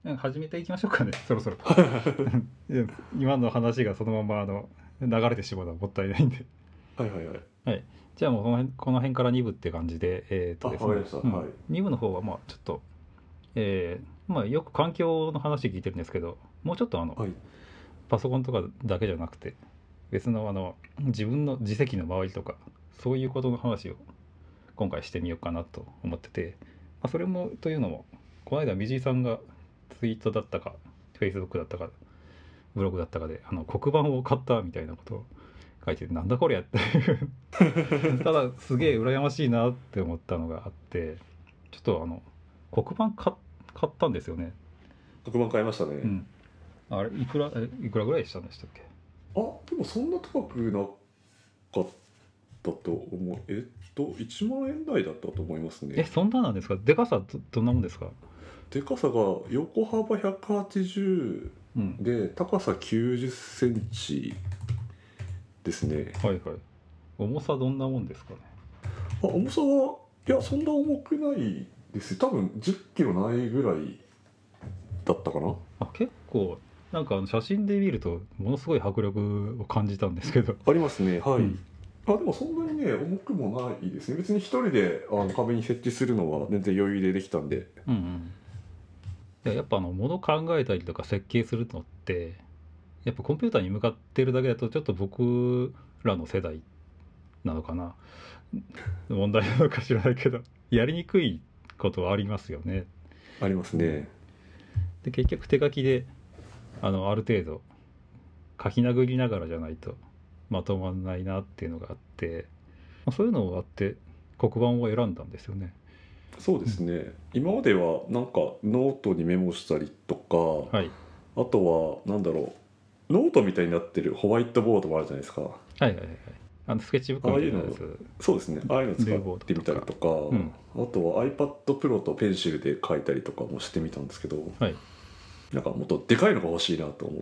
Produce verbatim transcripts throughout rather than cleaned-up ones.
始めていきましょうかね、そろそろ。今の話がそのままあの流れてしまうのはもったいないんで。 はいはいはい。 はい。じゃあもうこの辺、この辺からに部って感じで、えっとあ、 ですね。 わかりました。 うんはい。 に部の方はまあちょっと、えーまあよく環境の話聞いてるんですけど、もうちょっとあのはい。 パソコンとかだけじゃなくて、別のあの自分の自責の周りとか、そういうことの話を今回してみようかなと思ってて、まあ、それもというのも、この間水井さんがツイートだったか、フェイスブックだったか、ブログだったかで、あの黒板を買ったみたいなことを書いてて、なんだこりゃってただすげえ羨ましいなって思ったのがあって、ちょっとあの黒板買買ったんですよね。 黒板買いましたね。 うん。あれいくらえいくらぐらいしたんでしたっけ？ あ、でもそんな高くなかったと思う。えっと、いちまん円台だったと思いますね。 え、そんななんですか？でかさどどんなもんですか？ でかさが横幅ひゃくはちじゅうん。 うで高さきゅうじゅっセンチですね。 はいはい。重さどんなもんですかね？ あ、重さはいやそんな重くないです多分じゅっキロないぐらいだったかな。 あ、結構なんかあの写真で見るとものすごい迫力を感じたんですけど。 ありますね。はい、 うんあでもそんなにね重くもないですね。別に一人であの壁に設置するのは全然余裕でできたんで。 うんうん。いややっぱあの物考えたりとか設計するのってやっぱコンピューターに向かってるだけだとちょっと僕らの世代なのかな、問題なのか知らないけどやりにくいことはありますよね。 ありますね。 で結局手書きであのある程度書き殴りながらじゃないとまとまらないなっていうのがあって、まあそういうのがあって黒板を選んだんですよね。 そうですね、今まではなんかノートにメモしたりとか、 はい。 あとはなんだろうノートみたいになってるホワイトボードもあるじゃないですか。 はいはいはいはい。あのスケッチブックああいうのみたいなやつ。 そうですね、ああいうの使ルーボードってみたりとか、 うん。 あとは iPad Pro とペンシルで書いたりとかもしてみたんですけど、 はい。 なんかもっとでかいのが欲しいなと思って、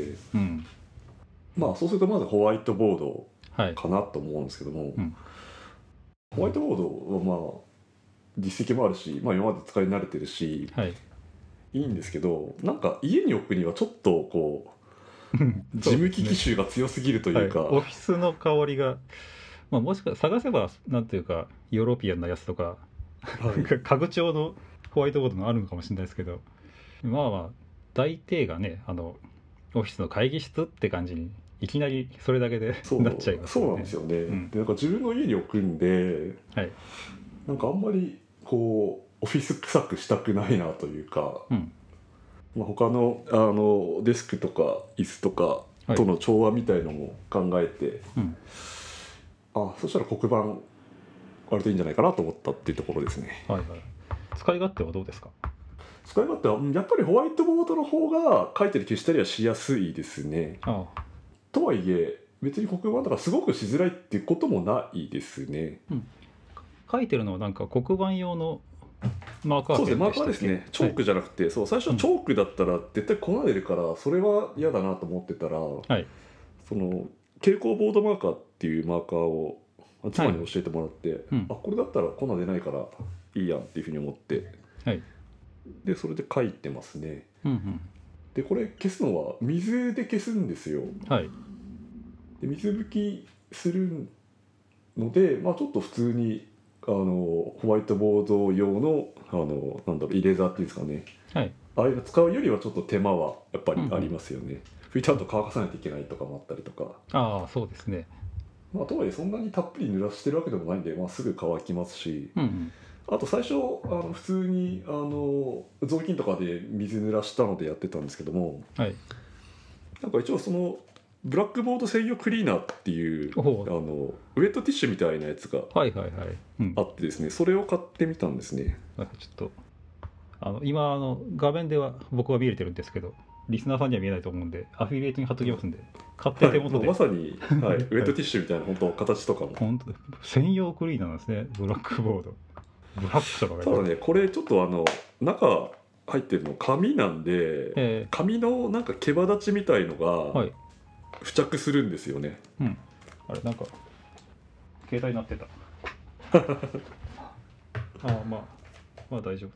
うん。 まあそうするとまずホワイトボードはい。 かなと思うんですけども、 うん。 ホワイトボードはまあ実績もあるし、まあ、今まで使い慣れてるしはい。 いいんですけど、なんか家に置くにはちょっとこう事務機器そう臭が強すぎるとですね。 いうか、 はい。オフィスの香りが、まあ、もしか探せばなんていうかヨーロピアンなやつとか、 はい、 家具調のホワイトボードもあるのかもしれないですけど、まあまあ大抵がね、あのオフィスの会議室って感じにいきなりそれだけでそうなっちゃいますそうよね。 なんですよね、 うんでなんか自分の家に置くんではい。 なんかあんまりこうオフィス臭くしたくないなというか、 うんまあ、他のあのデスクとか椅子とかはいとの調和みたいのも考えて、 うんあそしたら黒板あるといいんじゃないかなと思ったっていうところですね。 はいはい。使い勝手はどうですか？ 使い勝手はやっぱりホワイトボードの方が書いたり消したりはしやすいですね。 ああ、 とはいえ別に黒板だからすごくしづらいっていうこともないですね。 うん。書いてるのはなんか黒板用のマーカーそうですね、マーペンでしたっけ？ カーですね。チョークじゃなくて、そう最初チョークだったら絶対粉出るからそれは嫌だなと思ってたら、 はいはい。 その蛍光ボードマーカーっていうマーカーを妻に教えてもらって、 うんあこれだったら粉出ないからいいやんっていうふうに思って、 はい。 でそれで書いてますね。 うんでこれ消すのは水で消すんですよ。 うん。はい。 で水拭きするので、まあ、ちょっと普通にあのホワイトボード用のあのなんだろうイレーザーっていうんですかね、 はい。 ああいうの使うよりはちょっと手間はやっぱりありますよね。拭いた後乾かさないといけないとかもあったりとか、 ああ、そうですね。 まあ、とはいえそんなにたっぷり濡らしてるわけでもないんで、まあ、すぐ乾きますし、 うんうん。 あと最初あの普通にあの雑巾とかで水濡らしたのでやってたんですけども、 はい。 なんか一応そのブラックボード専用クリーナーっていうおあお。 のウェットティッシュみたいなやつがはいはいはい。うん。 あってですね、それを買ってみたんですね。 なんかちょっとあの今あの画面では僕は見れてるんですけど、リスナーさんには見えないと思うんで、アフィリエイトに貼っときますんで、買ってはい、 手元で。 まさに、はい、ウェットティッシュみたいな本当形とかも。 本当専用クリーナーなんですね、ブラックボード。ブラックとかがただねこれちょっとあの中入ってるの紙なんで、 え紙のなんか毛羽立ちみたいのー、はがい。 付着するんですよね。 うん。あれなんか携帯鳴ってた。ああまあまあ大丈夫だ。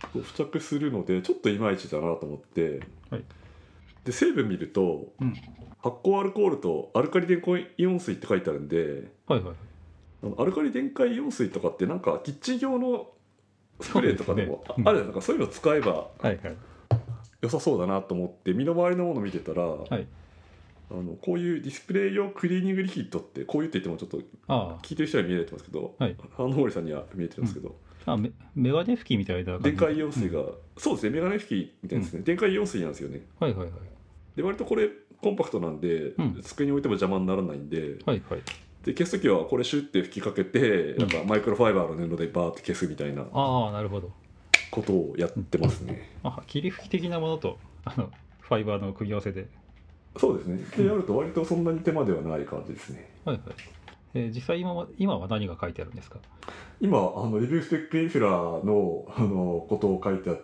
付着するのでちょっといまいちだなと思って、 はい、 で成分見ると、 うん、 発酵アルコールとアルカリ電解イオン水って書いてあるんで、 はいはい、 あのアルカリ電解イオン水とかってなんかキッチン用のスプレーとかでもそうですね、 ああるじゃないですか。そういうの使えばはいはい良さそうだなと思って身の回りのもの見てたら、 はい、 あのこういうディスプレイ用クリーニングリキッドって、こういうって言ってもちょっとあ聞いてる人には見えないと思うんですけど、 あ、はい、 あの森さんには見えてるんですけど、 あメメガネ拭きみたいな感じ電解イオン水が、 うんそうですね、メガネ拭きみたいですね、電解イオン水なんですよね。 はいはいはい、 で割とこれコンパクトなんで、 うん机に置いても邪魔にならないんで、 はいはい、 で消す時はこれシュッて吹きかけて、なんかマイクロファイバーの布でバーって消すみたいなああなるほど、 ことをやってますね。 あ霧吹き的なものとあのファイバーの組み合わせで、 そうですね。でやると割とそんなに手間ではない感じですね。 はいはい、えー実際今は今は何が書いてあるんですか？ 今あのレビュースペックインフラのあのことを書いてあって、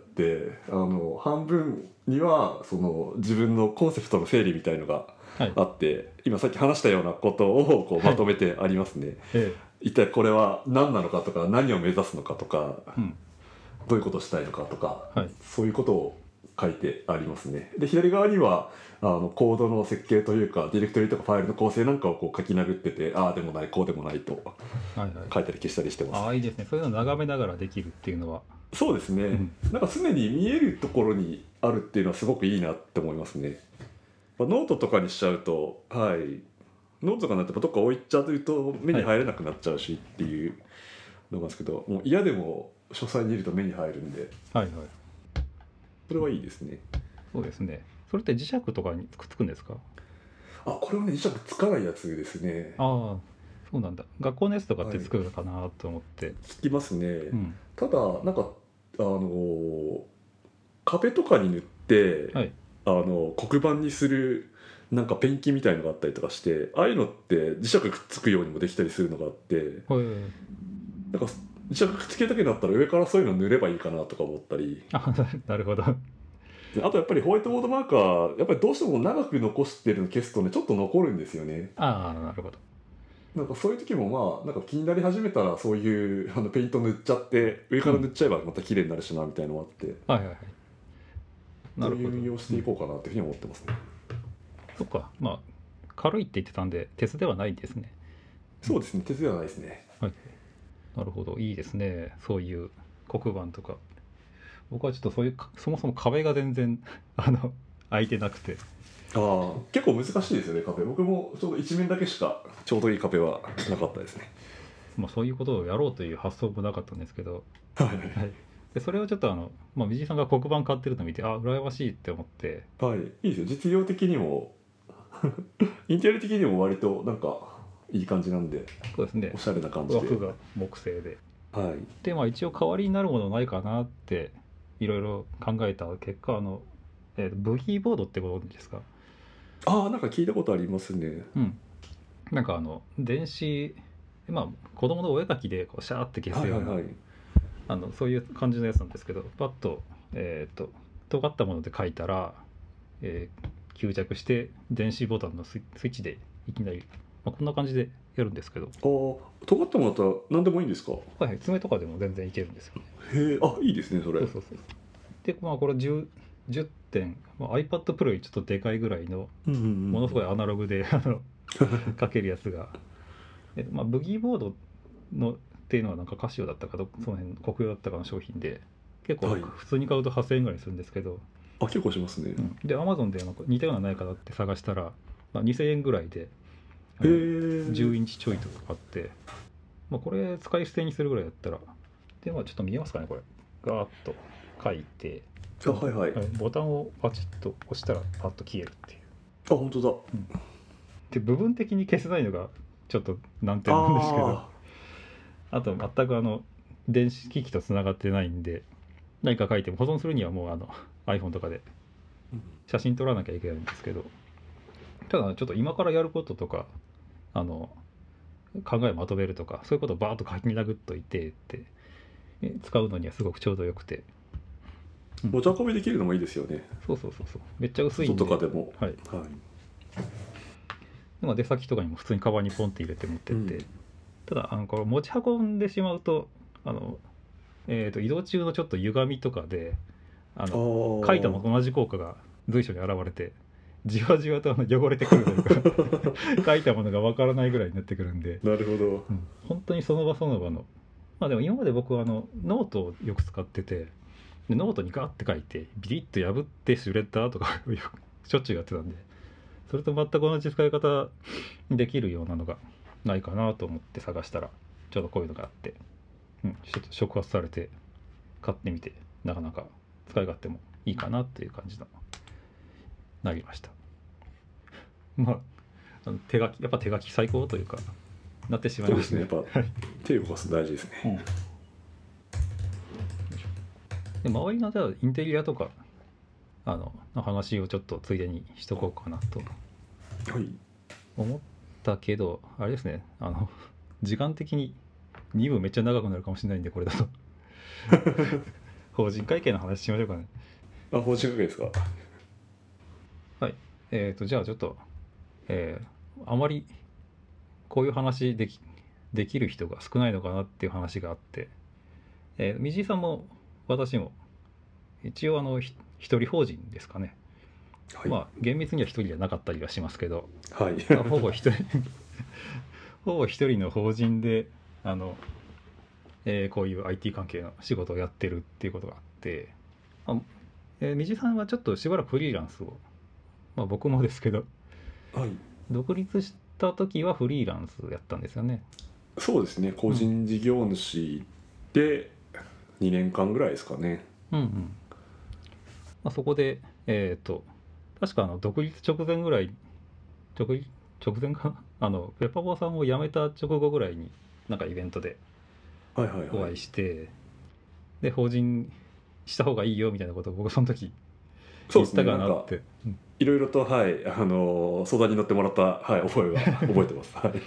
あの半分にはその自分のコンセプトの整理みたいのがはい、 あって、今さっき話したようなことをこうまとめてありますね。 え一体これは何なのかとか、何を目指すのかとか、 ーうんどういうことをしたいのかとか、 はい、 そういうことを書いてありますね。で左側にはあのコードの設計というかディレクトリとかファイルの構成なんかをこう書き殴ってて、ああでもないこうでもないとはいはい、 書いたり消したりしてます。 ああいいですね、そういうのを眺めながらできるっていうのは、 そうですね、 うんなんか常に見えるところにあるっていうのはすごくいいなって思いますね。まあ、ノートとかにしちゃうと、はいノートとかになってどっか置いちゃうと目に入れなくなっちゃうしっていうのなんですけど、もう嫌でも書斎にいると目に入るんで、 はいはい、 それはいいですね。 そうですね。それって磁石とかにくっつくんですか？ あ、これはね磁石つかないやつですね。 ああそうなんだ。学校のやつとかってつくのかなと思って、 つきますね、 うん、 ただなんかあの壁とかに塗って、 はい、 あの黒板にするなんかペンキみたいのがあったりとかして、ああいうのって磁石くっつくようにもできたりするのがあって、 はい、 なんか磁石くっつけたけだったら上からそういうの塗ればいいかなとか思ったり、 あなるほど、 であとやっぱりホワイトボードマーカーやっぱりどうしても長く残してるの消すとねちょっと残るんですよね。 ああなるほど、 なんかそういう時もまあなんか気になり始めたらそういうあのペイント塗っちゃって上から塗っちゃえばまた綺麗になるしなみたいなのがあって、 はいはいはい、なそうるほど、 いう運用していこうかなっていうふうに思ってますね。 そっか、まあ軽いって言ってたんで鉄ではないんですね。 そうですね、鉄ではないですね。 はい、なるほど、いいですね、そういう黒板とか。僕はちょっとそういうそもそも壁が全然あの空いてなくて、 ああ、結構難しいですよね壁。僕もちょうど一面だけしかちょうどいい壁はなかったですね。 まあ、そういうことをやろうという発想もなかったんですけど、 はいはい、でそれをちょっとあの、まあ、美人さんが黒板買ってるのを見て、あ羨ましいって思って、 はい、いいですよ。実用的にもインテリア的にも割となんかいい感じなんで、 そうですね、 おしゃれな感じで。 枠が木製で、 はいで、まあ、一応代わりになるものないかなっていろいろ考えた結果、あの、えーとブギーボードってご存知ですか？ ああ、なんか聞いたことありますね。 うんなんかあの電子、まあ子供のお絵描きでこうシャーって消すような、 はいはいはい。 あのそういう感じのやつなんですけど、パッとえっ、と尖ったもので書いたら、えー吸着して電子ボタンのスイスイッチでいきなり、まあ、こんな感じでやるんですけど、 ああ、尖ったものだったら何でもいいんですか？ はいはい、爪とかでも全然いけるんですよね。 へえ、あ、いいですねそれ。 そうそうそう。で、まあ、これ じゅう, じゅってん、まあ、iPad Pro よりちょっとでかいぐらいのうんうんうんものすごいアナログであの書けるやつが、えまあ、ブギーボードのっていうのはなんかカシオだったかどその辺国用だったかの商品で、結構はい普通に買うとはっせんえんぐらいするんですけど、 あ、結構しますね。 うんで Amazon でなんか似たようなのないかなって探したら、まあ、にせんえんぐらいであへのえ。 じゅうインチちょいとかあって、まあ、これ使い捨てにするぐらいだったら、で、まあ、ちょっと見えますかね、これガーッと書いて、 あ、はいはい。あ、 ボタンをパチッと押したらパッと消えるっていう。 本当だ。 で部分的に消せないのがちょっと難点なんですけど、 ああと全くあの電子機器とつながってないんで、何か書いても保存するにはもうあの iPhone とかでー写真撮らなきゃいけないんですけど、ただちょっと今からやることとか、あの考えをまとめるとか、そういうことをバーッと書き殴っといてってえ使うのにはすごくちょうどよくて、うん持ち運びできるのもいいですよね。 そうそうそうそう、めっちゃ薄いんで、 外とかでも。 はい、 はい。 まあ出先とかにも普通にカバンにポンって入れて持ってって、 うんただあのこれ持ち運んでしまうと、あのえー、と移動中のちょっと歪みとかでああのー書いたのと同じ効果が随所に現れてじわじわとあの汚れてくるというか書いたものがわからないぐらいになってくるんで、 なるほど。 うん、本当にその場その場の、まあでも今まで僕はあのノートをよく使ってて、でノートにガーって書いてビリッと破ってシュレッダーとかをよくしょっちゅうやってたんで、それと全く同じ使い方できるようなのがないかなと思って探したらちょうどこういうのがあって、うん、ちょっと触発されて買ってみて、なかなか使い勝手もいいかなっていう感じのなりました。まああの手書きやっぱ手書き最高というかなってしまいますね。 そうですね、やっぱ手を動かすの大事ですね。 うん、で周りのじゃあインテリアとかあのの話をちょっとついでにしとこうかなとはい。 思ったけど、あれですね、あの時間的にに部めっちゃ長くなるかもしれないんで、これだと法人会計の話しましょうかね。 あ、法人会計ですか。 はい。えーとじゃあちょっと、えーあまりこういう話できできる人が少ないのかなっていう話があって、えー、水井さんも私も一応あのひ一人法人ですかね。 はい。 まあ厳密には一人じゃなかったりはしますけど、 はい。 まあほぼ一人ほぼ一人の法人であの、えーこういう アイティー 関係の仕事をやってるっていうことがあって、あえー、水井さんはちょっとしばらくフリーランスを、まあ、僕もですけどはい。 独立した時はフリーランスやったんですよね。 そうですね、個人事業主でにねんかんぐらいですかね。 うんうん。まあ、そこでえっ、と確かあの独立直前ぐらい直立直前かなあのペッパボーさんを辞めた直後ぐらいになんかイベントではいはいお会いはい。 して、で法人した方がいいよみたいなことを僕その時そうですね、 言ったかなんかなって、うんいろいろと、はい、あの相談に乗ってもらった、はい、覚えは覚えてます。はい。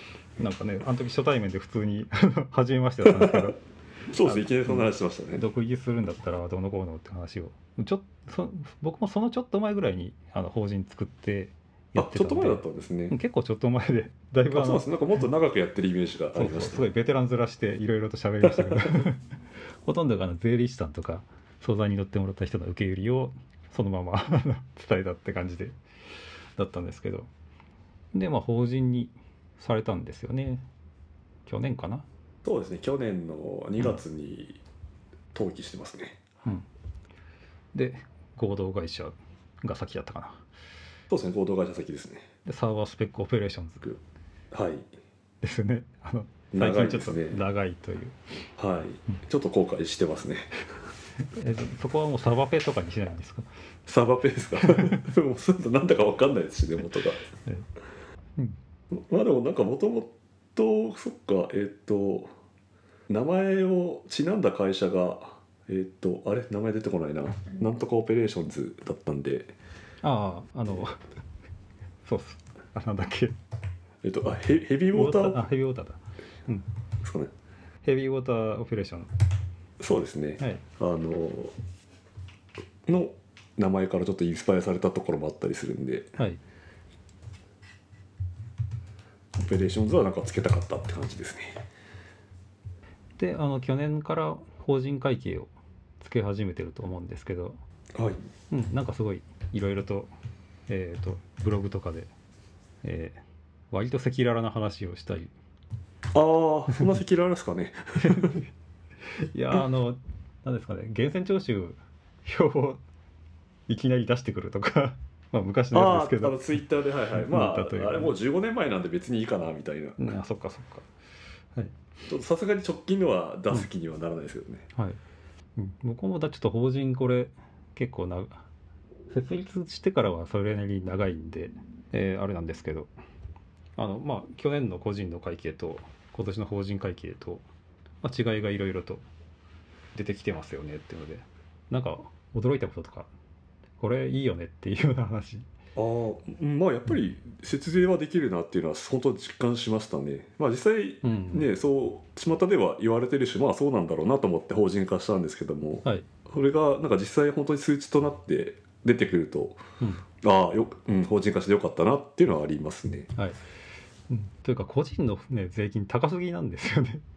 なんかねあの時初対面で普通に初めましてだったんですけどそうですね、 あいきなりそんな話しましたね。 独立するんだったらどうのこうのって話をちょそ僕もそのちょっと前ぐらいにあの法人作ってやあっ、てたんで、 ちょっと前だったんですね。 結構ちょっと前でだいぶあ、 あのそうです。なんかもっと長くやってるイメージがあそうりました。 そうすごいベテラン面していろいろと喋りましたけどほとんどがあの税理士さんとか相談に乗ってもらった人の受け売りをそのまま伝えたって感じでだったんですけど、でまあ法人にされたんですよね、去年かな。 そうですね、去年のにがつに登記してますね。 うん、で合同会社が先だったかな。 そうですね、合同会社先ですね。 でサーバースペックオペレーションズはい。 ですね。あの最長い近ちょっとですね。 長いという、 はい。ちょっと後悔してますね。 えそこはもうサバペとかにしないんですか。 サーバーペースがもうそういうのなんだかわかんないですしね、元が。 えうんまあでもなんかもともとそっか、えっ、と名前をちなんだ会社がえっ、とあれ名前出てこないな、なんとかオペレーションズだったんで、 あああのそうっす、あなんだっけ、 えっ、とあヘヘビーウォーターあヘビーウォーターだ、うん、 ですかね。 ヘビーウォーターオペレーション、 そうですね。 はい、 あのの名前からちょっとインスパイアされたところもあったりするんで、 はい、 オペレーションズはなんかつけたかったって感じですね。 であの去年から法人会計をつけ始めてると思うんですけど、 はい。 うん、なんかすごいいろいろと,、えー、とブログとかで、えー割と赤裸々な話をしたり、 ああ、そんな赤裸々ですかね。 いやあのなんですかね、源泉徴収表をいきなり出してくるとかまあ昔のああ、 やつですけど、 あのツイッターで、はいはい。まあ、 例えばあれもうじゅうごねんまえなんで別にいいかなみたいな。 うん、あそっかそっか、はいちょっとさすがに直近のは出す気にはならないですけどね。 はい、うん、僕もだちょっと法人これ結構な設立してからはそれなりに長いんで、えーあれなんですけど、あのまあ去年の個人の会計と今年の法人会計と、まあ、違いがいろいろと出てきてますよねっていうので、なんか驚いたこととかこれいいよねっていうような話。 ああ、まあやっぱり節税はできるなっていうのは本当に実感しましたね。まあ実際うんね、そう巷では言われてるし、まあそうなんだろうなと思って法人化したんですけども、 はい、 それがなんか実際本当に数値となって出てくると、 うんああよ、うん、法人化してよかったなっていうのはありますね。 はい、うん、というか個人の、ね、税金高すぎなんですよね。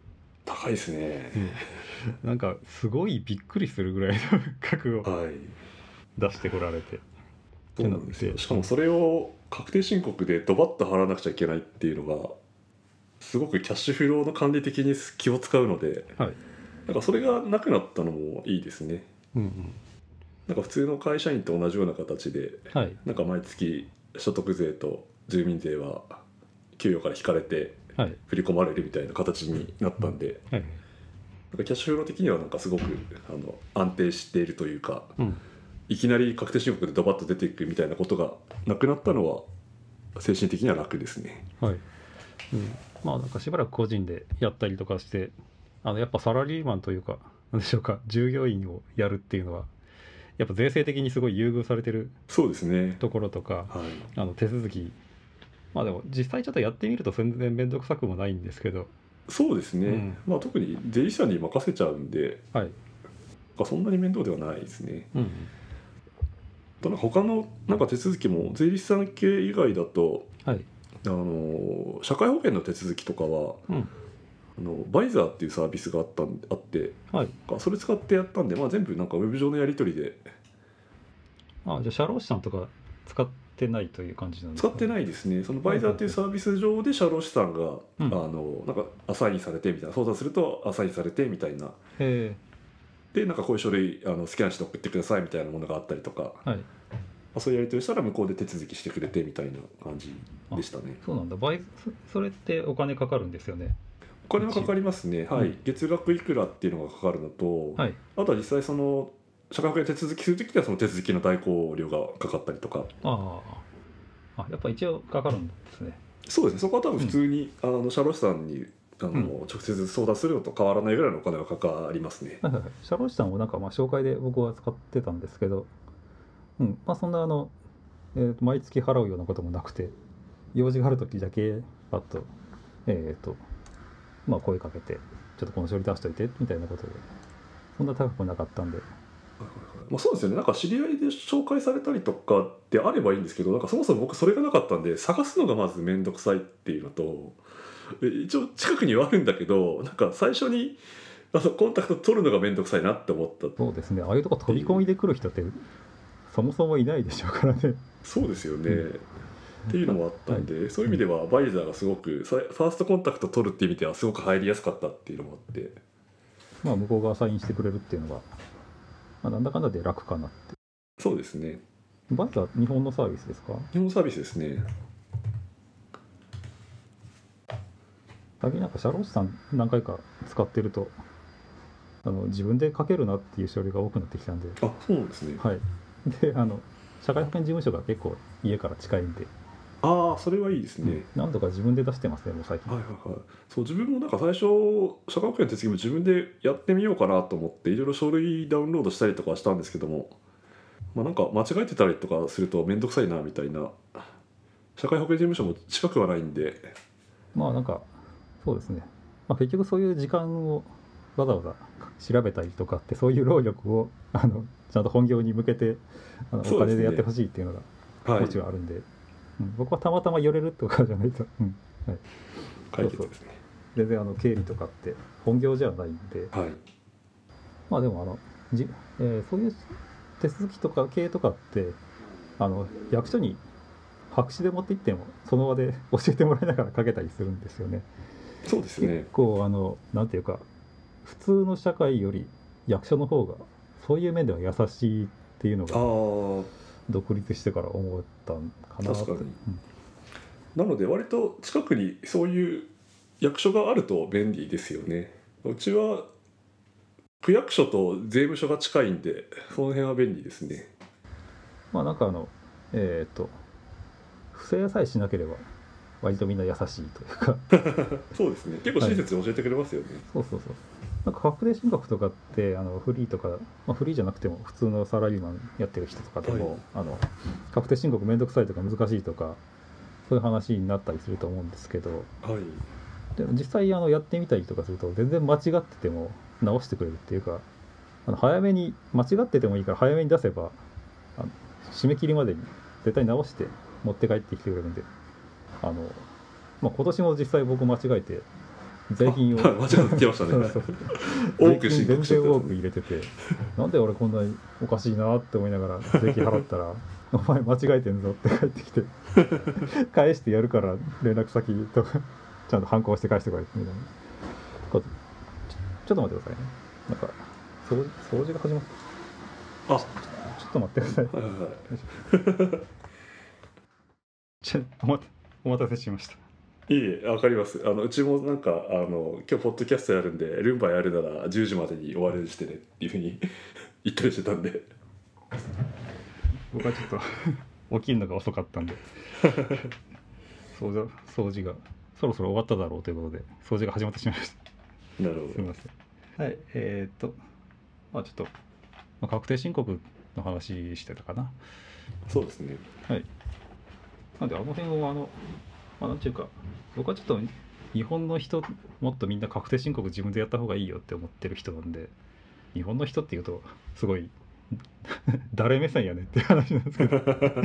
高いですね。 なんかすごいびっくりするぐらいの額をはい。 出してこられて、 そうなんですよ。しかもそれを確定申告でドバッと払わなくちゃいけないっていうのがすごくキャッシュフローの管理的に気を使うので、 はい、 なんかそれがなくなったのもいいですね。 うんうん、 なんか普通の会社員と同じような形で、 はい、 なんか毎月所得税と住民税は給与から引かれてはい、 振り込まれるみたいな形になったんで、 はい、 なんかキャッシュフロー的にはなんかすごくあの安定しているというか、 うん、 いきなり確定申告でドバッと出ていくみたいなことがなくなったのは精神的には楽ですね。 はい、うん、まあなんかしばらく個人でやったりとかして、あのやっぱサラリーマンというかなんでしょうか、従業員をやるっていうのはやっぱ税制的にすごい優遇されてるそうですね。 ところとか、 はい。 あの手続き、まあでも実際ちょっとやってみると全然面倒くさくもないんですけど、 そうですね。 うん、 まあ特に税理士さんに任せちゃうんで、 はい、 なんかそんなに面倒ではないですね。 うん、 ただ他のなんか手続きも税理士さん系以外だと、 はい、 あの社会保険の手続きとかはうん、 あのバイザーっていうサービスがあったんあって、 はい、 それ使ってやったんで、まあ、全部なんかウェブ上のやり取りであ、じゃあ社労士さんとか使ってないという感じなんですかね。 使ってないですね。そのバイザーっていうサービス上で社労士さんが、 うん、 あのなんかアサインされてみたいな、相談するとアサインされてみたいな、 えでなんかこういう書類あのスキャンして送ってくださいみたいなものがあったりとか、 ー、はい、 まあ、そういうやり取りしたら向こうで手続きしてくれてみたいな感じでしたね。 そうなんだ。倍そ、それってお金かかるんですよね。 お金はかかりますね。はい、 うん、 月額いくらっていうのがかかるのと、 はい、 あとは実際その社会保険手続きするときにはその手続きの代行料がかかったりとか。 ああ、あ、やっぱ一応かかるんですね。 そうですね。そこは多分普通に、うん、あの社労士さんにあの、 うん、 直接相談するのと変わらないぐらいのお金がかかりますね。 はいはいはい。社労士さんをなんかまあ紹介で僕は使ってたんですけど、うん、まあそんなあの、えーと毎月払うようなこともなくて、用事がある時だけパッと、えっ、と、まあ声かけて、ちょっとこの書類出しといてみたいなことで、そんな高くなかったんで、 まあ、そうですよね。なんか知り合いで紹介されたりとかであればいいんですけど、なんかそもそも僕それがなかったんで探すのがまず面倒くさいっていうのと、え一応近くにはあるんだけど、なんか最初にあのコンタクト取るのが面倒くさいなって思ったっそうですね、ああいうとこ飛ていう。 び込みで来る人ってそもそもいないでしょうからね。 そうですよね、 うん、 っていうのもあったんで、 はい、 そういう意味ではバイザーがすごくさファーストコンタクト取るっていう意味ではすごく入りやすかったっていうのもあって。 まあ向こうがサインしてくれるっていうのが、まあ、なんだかんだで楽かなって。 そうですね。 バイザー日本のサービスですか？ 日本サービスですね。 最近なんか社労士さん何回か使ってると、あの自分で書けるなっていう書類が多くなってきたんで、 あ、そうなんですね。 はい、であの社会保険事務所が結構家から近いんで、 ああ、それはいいですね。 うん、何度か自分で出してますね、もう最近。 はいはいはい。そう自分もなんか最初社会保険の手続きも自分でやってみようかなと思っていろいろ書類ダウンロードしたりとかしたんですけども、まあ、なんか間違えてたりとかすると面倒くさいなみたいな。社会保険事務所も近くはないんで。 まあなんかそうですね、まあ、結局そういう時間をわざわざ調べたりとかってそういう労力をあのちゃんと本業に向けてあのお金でやってほしいっていうのがはいもちろんあるんで、うん、僕はたまたま寄れるとかじゃないと、うんはい、 解決ですね。 全然あの経理とかって本業じゃないんで、 はい。 まあでもあのじ、えーそういう手続きとか経営とかってあの役所に白紙で持って行ってもその場で教えてもらいながら書けたりするんですよね。 そうですね。 結構あのなんていうか普通の社会より役所の方がそういう面では優しいっていうのあがあ、 独立してから思ったんかなって。 確かに。 うん、 なので割と近くにそういう役所があると便利ですよね。うちは区役所と税務署が近いんでその辺は便利ですね。 まあなんかあのえっ、と不正さえしなければ割とみんな優しいというかそうですね。結構親切に教えてくれますよね。 そうそうそう。なんか確定申告とかってあのフリーとか、まあ、フリーじゃなくても普通のサラリーマンやってる人とかでも、 はい、 あの確定申告めんどくさいとか難しいとかそういう話になったりすると思うんですけど、 はい、 でも実際あのやってみたりとかすると全然間違ってても直してくれるっていうか、あの早めに間違っててもいいから早めに出せばあの締め切りまでに絶対直して持って帰ってきてくれるんで、あの、まあ、今年も実際僕間違えて税金をあはい間違って言ってましたねそうそう多く申税金全告してた然多く入れてて、なんで俺こんなにおかしいなって思いながら税金払ったらお前間違えてんぞって帰ってきて返してやるから連絡先とちゃんと反抗して返してこいみたいなことちょちょっと待ってくださいね。なんか掃除掃除が始まったあちょっと待ってください。 はいはいはいちょお待お待たせしました。 いいえ、わかります。あのうちもなんかあの今日ポッドキャストやるんでルンバやるならじゅうじまでに終わるようにしてねっていうふうに言ったりしてたんで。 僕はちょっと起きるのが遅かったんで掃除掃除がそろそろ終わっただろうということで掃除が始まってしまいました。 なるほど。 すみません。はいえー、っとまあちょっと、まあ、確定申告の話してたかな。 そうですね。 はいなんであの辺をあのまあなんていうか僕はちょっと日本の人もっとみんな確定申告自分でやった方がいいよって思ってる人なんで、日本の人っていうとすごい誰目線やねっていう話なんですけど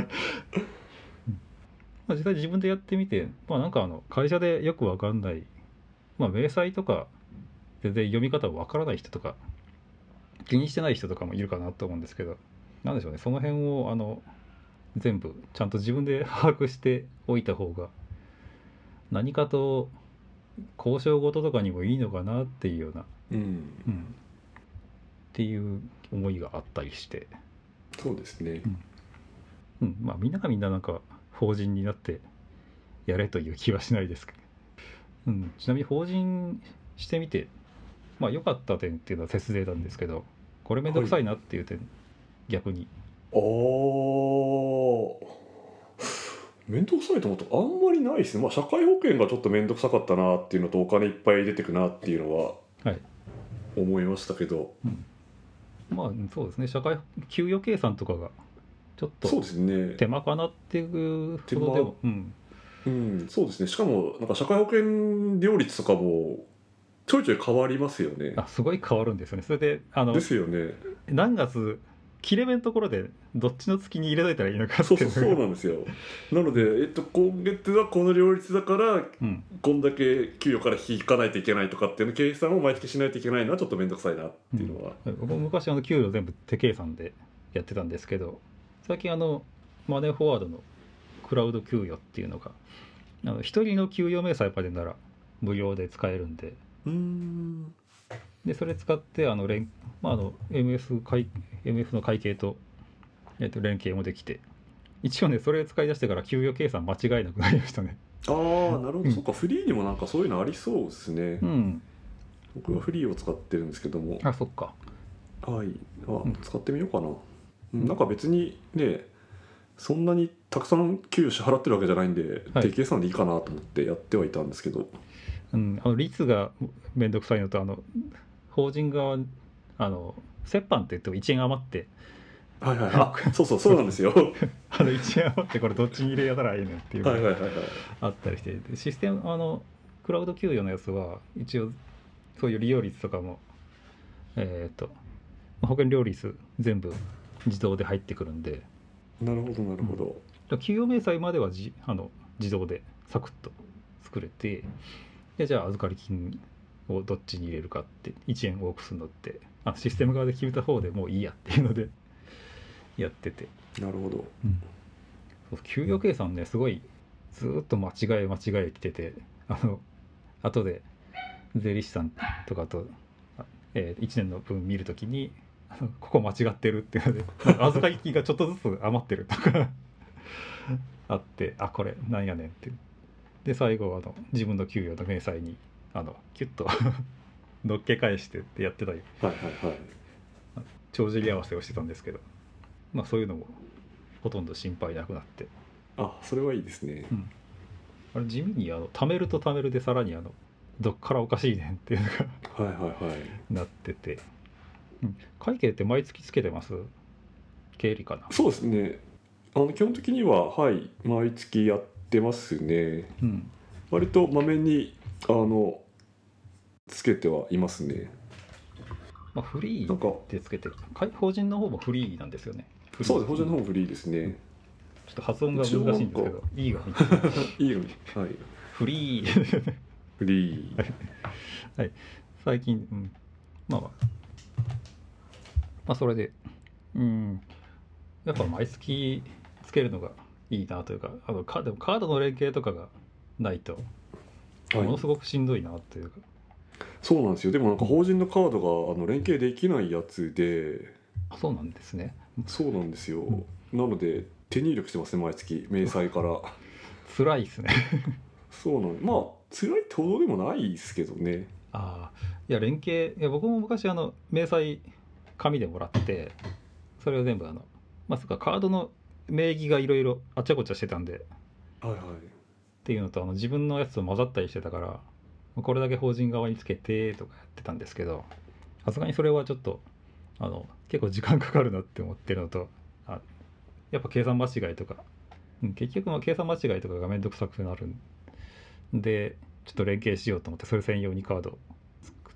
まあ実際自分でやってみて、まあなんかあの会社でよくわかんない、まあ明細とか全然読み方わからない人とか気にしてない人とかもいるかなと思うんですけど、なんでしょうね、その辺をあの全部ちゃんと自分で把握しておいた方が何かと交渉事とかにもいいのかなっていうような、 うん。 うん、っていう思いがあったりして、 そうですね。 うん、まあみんながみんななんか法人になってやれという気はしないですけど、うん、ちなみに法人してみてまあ良かった点っていうのは節税なんですけど、これめんどくさいなっていう点、逆にああ。面倒くさいと思うとあんまりないですね。まあ社会保険がちょっと面倒くさかったなっていうのとお金いっぱい出てくなっていうのははい思いましたけど。 まあそうですね、社会給与計算とかがちょっとそうですね。 手間かなっていうほどでも、うん、 うん、そうですね。しかもなんか社会保険料率とかもちょいちょい変わりますよね。 あすごい変わるんですよね。それであのですよね。 何月切れ目のところでどっちの月に入れといたらいいのかってそういうのがそうそうなんですよ。なので、えっと、今月はこの両率だからうんこんだけ給与から引かないといけないとかっていうの計算を毎月しないといけないのはちょっと面倒くさいなっていうのは、 うん、僕も昔あの給与全部手計算でやってたんですけど、最近あのマネーフォワードのクラウド給与っていうのがあの一人の給与明細までなら無料で使えるんで、 うーんでそれ使ってあの連、まあ、あの エムエフ 会 エムエフ の会計と、えっと、連携もできて、一応ねそれ使い出してから給与計算間違いなくなりましたね。 ああなるほど、 うんそっかフリーにもなんかそういうのありそうですね、 うん僕はフリーを使ってるんですけども、 あそっかはいあ、 ん使ってみようかな、うんなんか別にねそんなにたくさん給与支払ってるわけじゃないんで、 はい手計算でいいかなと思ってやってはいたんですけど、 うん、あの率がめんどくさいのと、あの法人側あの折半って言ってもいちえん余ってはいはいあそうそうそうなんですよあのいちえん余ってこれどっちに入れたらいいねんっていうのがはいはいはいはいあったりして、でシステムあのクラウド給与のやつは一応そういう利用率とかもえっ、と保険料率全部自動で入ってくるんで、 なるほどなるほど、 だから給与明細まではじあの自動でサクッと作れて、でじゃあ預かり金をどっちに入れるかっていちえん多くするのってあシステム側で決めた方でもういいやっていうのでやってて、 なるほど、 そう給与計算ねすごいずーっと間違え間違えてて、あの後で税理士さんとかと、えー、いちねんの分見るときにあのここ間違ってるっていうのでなんか預かり金がちょっとずつ余ってるとかあって、あこれなんやねんってで最後あの自分の給与の明細にあのキュッと乗っけ返してってやってたりはいはいはい帳尻合わせをしてたんですけど、まあそういうのもほとんど心配なくなって、 あそれはいいですね、 うんあれ地味にあの貯めると貯めるでさらにあのどっからおかしいねんっていうのがはいはいはいなってて、うん、会計って毎月つけてます？経理かな。 そうですねあの基本的にははい毎月やってますね、 うん割とまめにあのつけてはいますね。 まあ、フリなんかーでつけてる会法人の方もフリーなんですよね。フリーそうです法人の方もフリーですね。 ちょっと発音が難しいんですけどいいがいいのにはいフリーフリーはい、最近、うん、まあまあ、まあ、それで、うん、やっぱ毎月つけるのがいいなというか、あのカでもカードの連携とかがないと、 はい、 ものすごくしんどいなというか、 そうなんですよ。でもなんうん、 か法人のカードがあの連携できないやつで、 あ、そうなんですね。 そうなんですよ。 うん、 なので手入力してますね、毎月明細から。 辛いですね。 そうなんまあ辛いってほどでもないですけどね。 ああ、いや、連携、いや、僕も昔、あの、明細、紙でもらって、それを全部、あの、まあ、そっか、カードの名義がいろいろあっちゃこっちゃしてたんで、っはいはい。 ていうのと、あの、自分のやつと混ざったりしてたから、これだけ法人側につけて、とかやってたんですけど、さすがにそれはちょっと、あの、結構時間かかるなって思ってるのと、あ、やっぱ計算間違いとか、うん、結局、まあ、計算間違いとかがめんどくさくなるんで、ちょっと連携しようと思って、それ専用にカードを作って、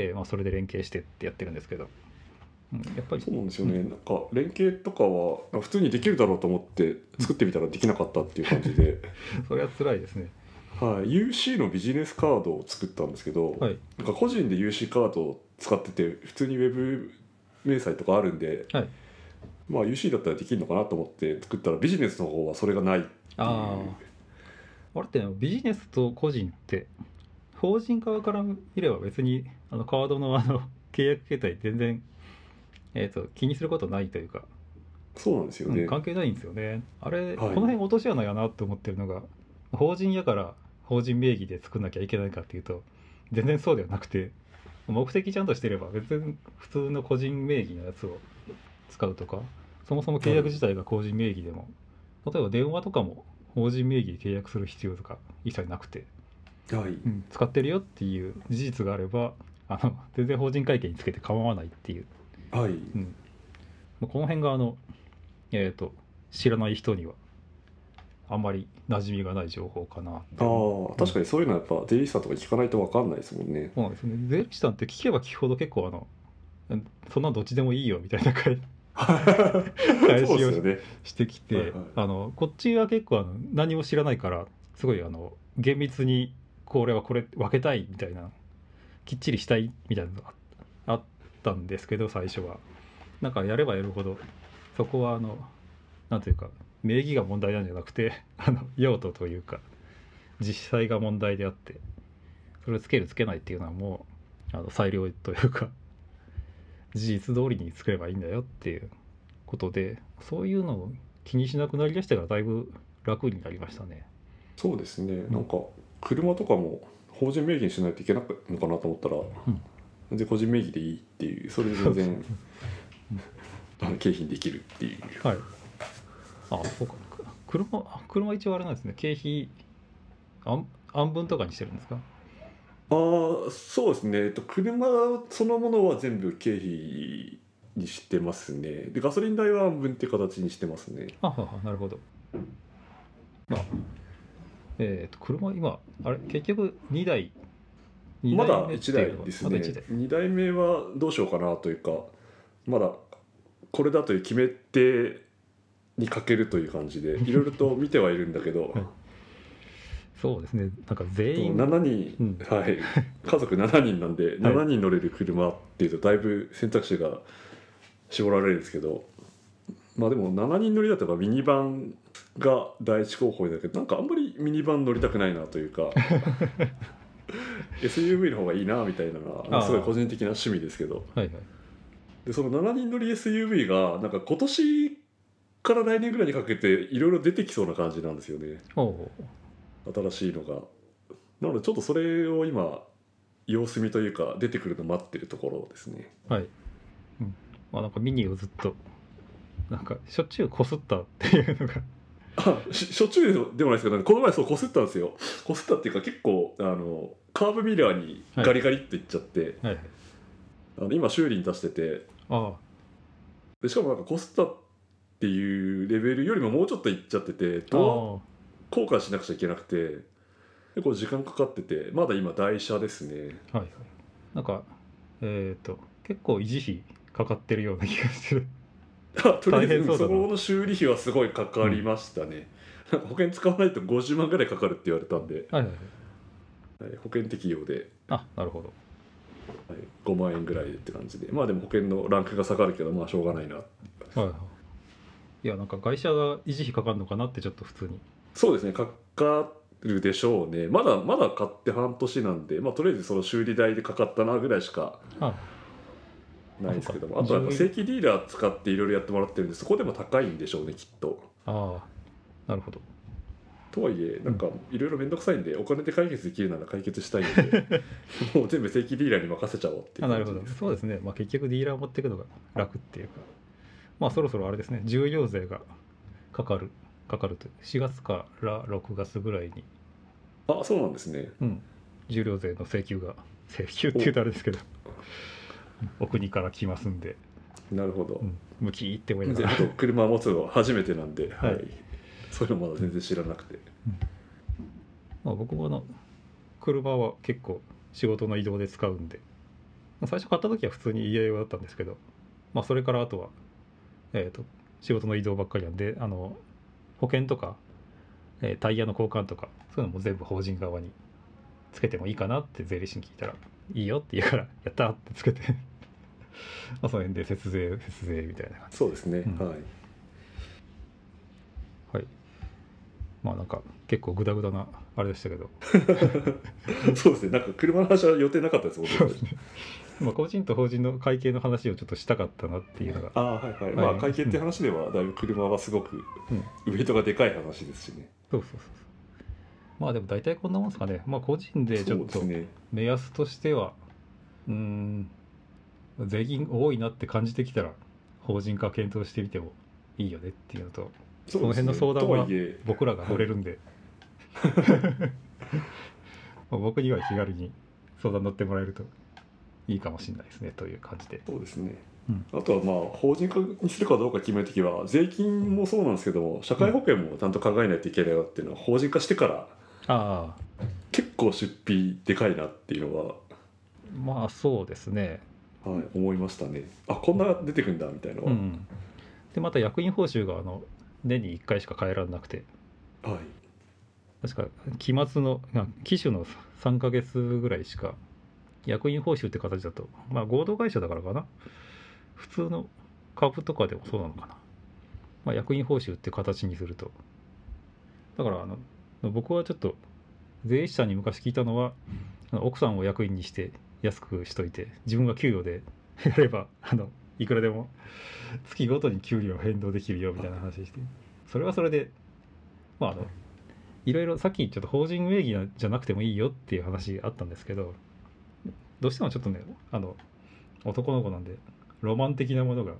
まあ、それで連携してってやってるんですけど、うん、やっぱり、 そうなんですようん、 ね。なんか連携とかは普通にできるだろうと思って作ってみたらできなかったっていう感じで、 それは辛いですね。 はい、ユーシー のビジネスカードを作ったんですけど、 はい、 なんか個人で ユーシー カードを使ってて普通にウェブ明細とかあるんで、 はい。 まあ ユーシー だったらできるのかなと思って作ったらビジネスの方はそれがないっていう。 ああ、あれってね、ビジネスと個人って、法人側から見れば別に、あの、カードのあの、契約形態全然、えっと、気にすることないというか、 そうなんですようん、 ね。 関係ないんですよね。あれ、このはい辺落とし穴やなって思ってるのが、法人やから法人名義で作んなきゃいけないかっていうと、全然そうではなくて、目的ちゃんとしてれば別に普通の個人名義のやつを使うとか、そもそも契約自体が個人名義でも、例えば電話とかも法人名義で契約する必要とか一切なくて、 はい、 うん、使ってるよっていう事実があれば、あの全然法人会計につけて構わないっていう、 はい、 うん、この辺があの、えー、と知らない人にはあんまり馴染みがない情報かなって思う。 ああ、 うん、 確かにそういうのはやっぱ税理士さんとか聞かないと分かんないですもんね。 そうなんですね。税理士さんって聞けば聞くほど結構あの、そんなどっちでもいいよみたいな返返そうしをしですよね。 してきて、 はいはい。 あのこっちは結構あの何も知らないからすごいあの厳密にこれはこれ分けたいみたいな、きっちりしたいみたいなのがあったんですけど、最初はなんかやればやるほどそこはあのなんというか名義が問題なんじゃなくて、あの用途というか実際が問題であって、それをつけるつけないっていうのはもうあの裁量というか事実通りに作ればいいんだよっていうことで、そういうのを気にしなくなりだしてからだいぶ楽になりましたね。 そうですね。 うん、 なんか車とかも法人名義にしないといけないのかなと思ったら、 うん、 全然個人名義でいいっていう、それでそうです。 全然あの経費にできるっていう。 はい。あ、そうか。車、車一応あれなんですね。経費案案分とかにしてるんですか？ ああ、そうですね。えっと車そのものは全部経費にしてますね。で、ガソリン代は半分っていう形にしてますね。 あはは、なるほど。まあ、えっ、と、車今、あれ、結局にだい、にまだだいめっ 1 ていうのは、 台ですまだいちだい。 ね。にだいめはどうしようかなというか、まだこれだという決め手にかけるという感じでいろいろと見てはいるんだけど、 はい。そうですね。なんか全と員、 ななにん、 うん、 はい、家族しちにんなんではい。 しちにん乗れる車っていうとだいぶ選択肢が絞られるんですけど、まあでもしちにん乗りだとやっぱミニバンが第一候補だけど、なんかあんまりミニバン乗りたくないなというかエスユーブイ の方がいいなみたいなのあはすごいあ、は個人的な趣味ですけど、 いはい。 でそのしちにん乗り エスユーブイ がなんか今年から来年ぐらいにかけていろいろ出てきそうな感じなんですよね、 おお、 新しいのが。なのでちょっとそれを今様子見というか出てくるの待ってるところですね。 はい。うん。まあなんかミニをずっと、なんかしょっちゅうこすったっていうのが、 あししょっちゅうでもないですけど、ね、この前そうこすったんですよ。こすったっていうか結構あのカーブミラーにはい。 ガリガリっていっちゃって、 はいはい。 あの今修理に出してて、 あでしかもなんかこすったっていうレベルよりももうちょっといっちゃってて、 あ、あドアあ、は交換しなくちゃいけなくて結構時間かかってて、まだ今台車ですね。 いはい。なんか、えっと、結構維持費かかってるような気がする。 あとりあ大えずそ変そうだな。 この修理費はすごいかかりうん。 ましたね。なんか保険使わないとごじゅうまんぐらいかかるって言われたんで、 はいはいはい。 はい、保険適用で、 あ、なるほど。 はい、ごまんえんぐらいでって感じで、まあでも保険のランクが下がるけどまあしょうがないな。 はいはい。いやなんか会社が維持費かかるのかなってちょっと普通に。 そうですね、かかるでしょうね。まだまだ買って半年なんで、まあとりあえずその修理代でかかったなぐらいしかあ、 ないですけども、 あそっかあとはやっぱ正規ディーラー使っていろいろやってもらってるんで、そこでも高いんでしょうねきっと。 ああ、なるほど。 とはいえなんかいろいろ面倒くさいんで、お金で解決できるなら解決したいんでもう全部正規ディーラーに任せちゃおうっていうあ、なるほど。 感じです。 そうですね。まあ結局ディーラー持っていくのが楽っていうか、まあそろそろあれですね、重量税がかかる、かかるという、しがつからろくがつぐらいに、 あ、そうなんですね。 うん、重量税の請求が、請求っていうとあれですけど、お国から来ますんで、 なるほど。 うん、向きって思いなが全ら。 然車を持つのは初めてなんで、ははいい、そういうのまだ全然知らなくて。 まあ僕もあの、車は結構仕事の移動で使うんで、最初買った時は普通に家用だったんですけど、まあそれからあとは、えーと、仕事の移動ばっかりなんで、あの、保険とか、えータイヤの交換とかそういうのも全部法人側につけてもいいかなって税理士に聞いたらいいよって言うからやったってつけてまあその辺で節税節税みたいな感じ。 そうですね、 うんはい。 はい。まあなんか結構グダグダなあれでしたけどそうですね、なんか車の話は予定なかったですもんね。 そうですねまあ個人と法人の会計の話をちょっとしたかったなっていうのが、 ああ、はいはい、 はいまあ会計って話ではだいぶ車はすごくうん、 ウエイトがでかい話ですしね。 そうそうそうそう。まあでも大体こんなもんですかね。まあ個人でちょっとそうですね。 目安としてはうーん税金多いなって感じてきたら法人化検討してみてもいいよねっていうのと、その辺の相談とははいえ僕らが乗れるんで、まあ僕には気軽に相談乗ってもらえるといいかもしれないですねという感じで。 そうですね。 うんあとはまあ法人化にするかどうか決めるときは税金もそうなんですけども、社会保険もちゃんと考えないといけないよっていうのは法人化してからああ、 結構出費でかいなっていうのは、 まあそうですね。 はい、思いましたね。あ、こんな出てくんだみたいなのは、 うん。でまた役員報酬があの年にいっかいしか変えられなくて、 はい、 確か期末のあ期首のさんかげつぐらいしか役員報酬って形だと、まあ合同会社だからかな、普通の株とかでもそうなのかな、まあ、役員報酬って形にすると、だからあの僕はちょっと税理士さんに昔聞いたのは、あの奥さんを役員にして安くしといて自分が給与でやればあのいくらでも月ごとに給料変動できるよみたいな話して、それはそれでまああのいろいろさっきちょっと法人名義じゃなくてもいいよっていう話あったんですけど、どうしてもちょっとねあの男の子なんでロマン的なものが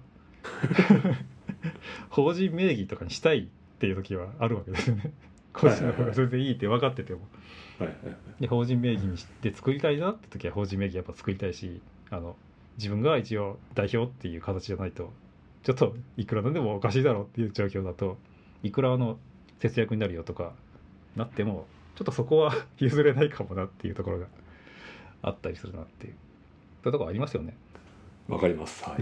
法人名義とかにしたいっていう時はあるわけですよね。個人の方が全然いいって分かってても、 はいはいはい、 で法人名義にして作りたいなって時は法人名義やっぱ作りたいし、あの自分が一応代表っていう形じゃないとちょっといくらなんでもおかしいだろうっていう状況だと、いくらあの節約になるよとかなってもちょっとそこは譲れないかもなっていうところがあったりするなっていう、そういうところありますよね。 わかります。はい。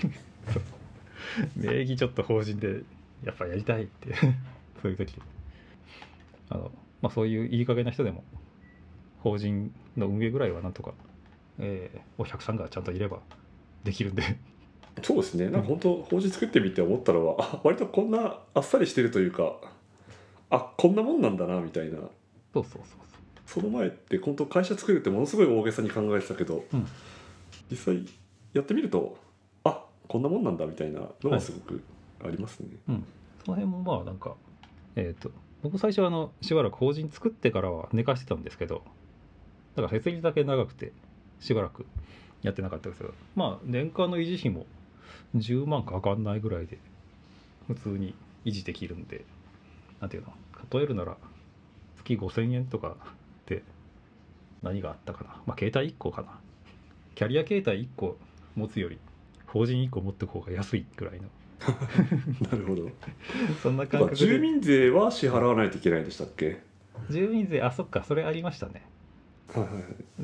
名義ちょっと法人でやっぱやりたいってそういう時あの、まあ、そういういい加減な人でも法人の運営ぐらいはなんとか、えーお客さんがちゃんといればできるんでそうですね。なんか本当法人作ってみて思ったのは、あ、割とこんなあっさりしてるというか、あ、こんなもんなんだなみたいな。 そうそうそうその前って本当会社作るってものすごい大げさに考えてたけど、 そう、うん、 実際やってみると、あ、こんなもんなんだみたいなのがすごくありますね。 うん、その辺もまあなんかえっ、と僕最初はあのしばらく法人作ってからは寝かしてたんですけど、だから設立だけ長くてしばらくやってなかったですけど、まあ年間の維持費もじゅうまんかかんないぐらいで普通に維持できるんで、なんていうの、例えるなら月ごせんえんとかで何があったかな、まあ携帯いっこかな、キャリア携帯いっこ持つより法人いっこ持っておく方が安いぐらいのなるほど。 そんな感覚で。 住民税は支払わないといけないんでしたっけ？ 住民税、あ、そっか、それありましたね。 はいはいはい。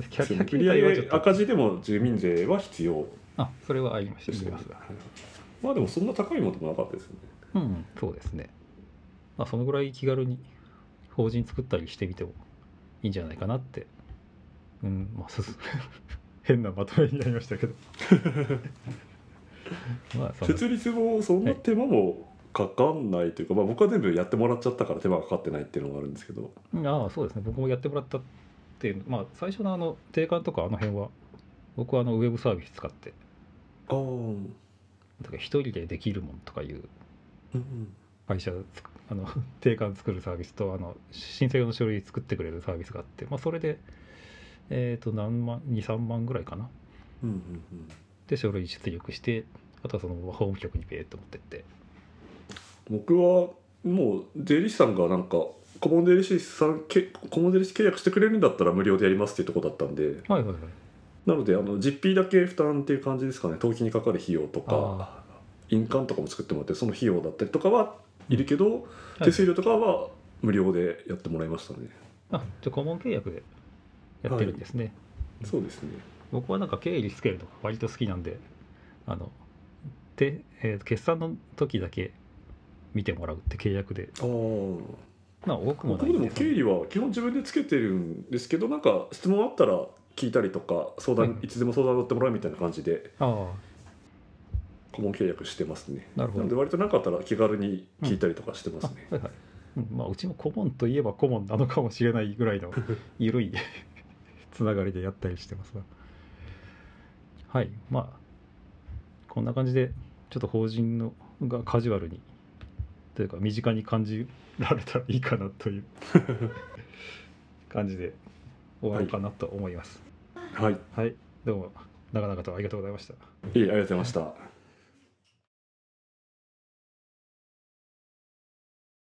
キャリア売り携帯はちょっと、 上げ赤字でも住民税は必要あ、それはありました。 ですね。 ありますが、 はいはい、まあでもそんな高いものでもなかったですよね。 うん、そうですね。まあ、そのぐらい気軽に法人作ったりしてみてもいいんじゃないかなってうんまあすす変なまとめになりましたけどまあそんな設立もそんな手間もかかんないというか、まあ、僕は全部やってもらっちゃったから手間がかかってないっていうのがあるんですけど。 ああそうですね、僕もやってもらったっていうまあ最初のあの定款とかあの辺は僕はあのウェブサービス使ってああ、うんだから一人でできるもんとかいううん会社つくあの定款作るサービスとあの申請用の書類作ってくれるサービスがあって、まあ、それでえっ、と何万にさんまんぐらいかなうんうんうん。 で書類出力してあとはそのまま法務局にペーッと持ってって僕はもう税理士さんがなんか顧問税理士さんけ顧問税理士契約してくれるんだったら無料でやりますっていうところだったんで、 はいはいはいなのであの実費だけ負担っていう感じですかね。登記にかかる費用とか印鑑とかも作ってもらってその費用だったりとかはいるけど、 はい手数料とかは無料でやってもらいましたね。 あじゃあ顧問契約でやってるんですね、 そうですね。 僕はなんか経理つけるのが割と好きなんであので、えー決算の時だけ見てもらうって契約でああ、 まあ多くも僕もでないんでも経理は基本自分でつけてるんですけど、なんか質問あったら聞いたりとか相談、 はいいつでも相談乗ってもらうみたいな感じでああ顧問契約してますね。 なるほどので割となかったら気軽に聞いたりとかしてますね。 あはいはい、うんまあ、うちも顧問といえば顧問なのかもしれないぐらいの緩いつながりでやったりしてますがはいまあこんな感じでちょっと法人のがカジュアルにというか身近に感じられたらいいかなという感じで終わろうかなと思いますはい、 はい、どうも長々とありがとうございました。 いいありがとうございました。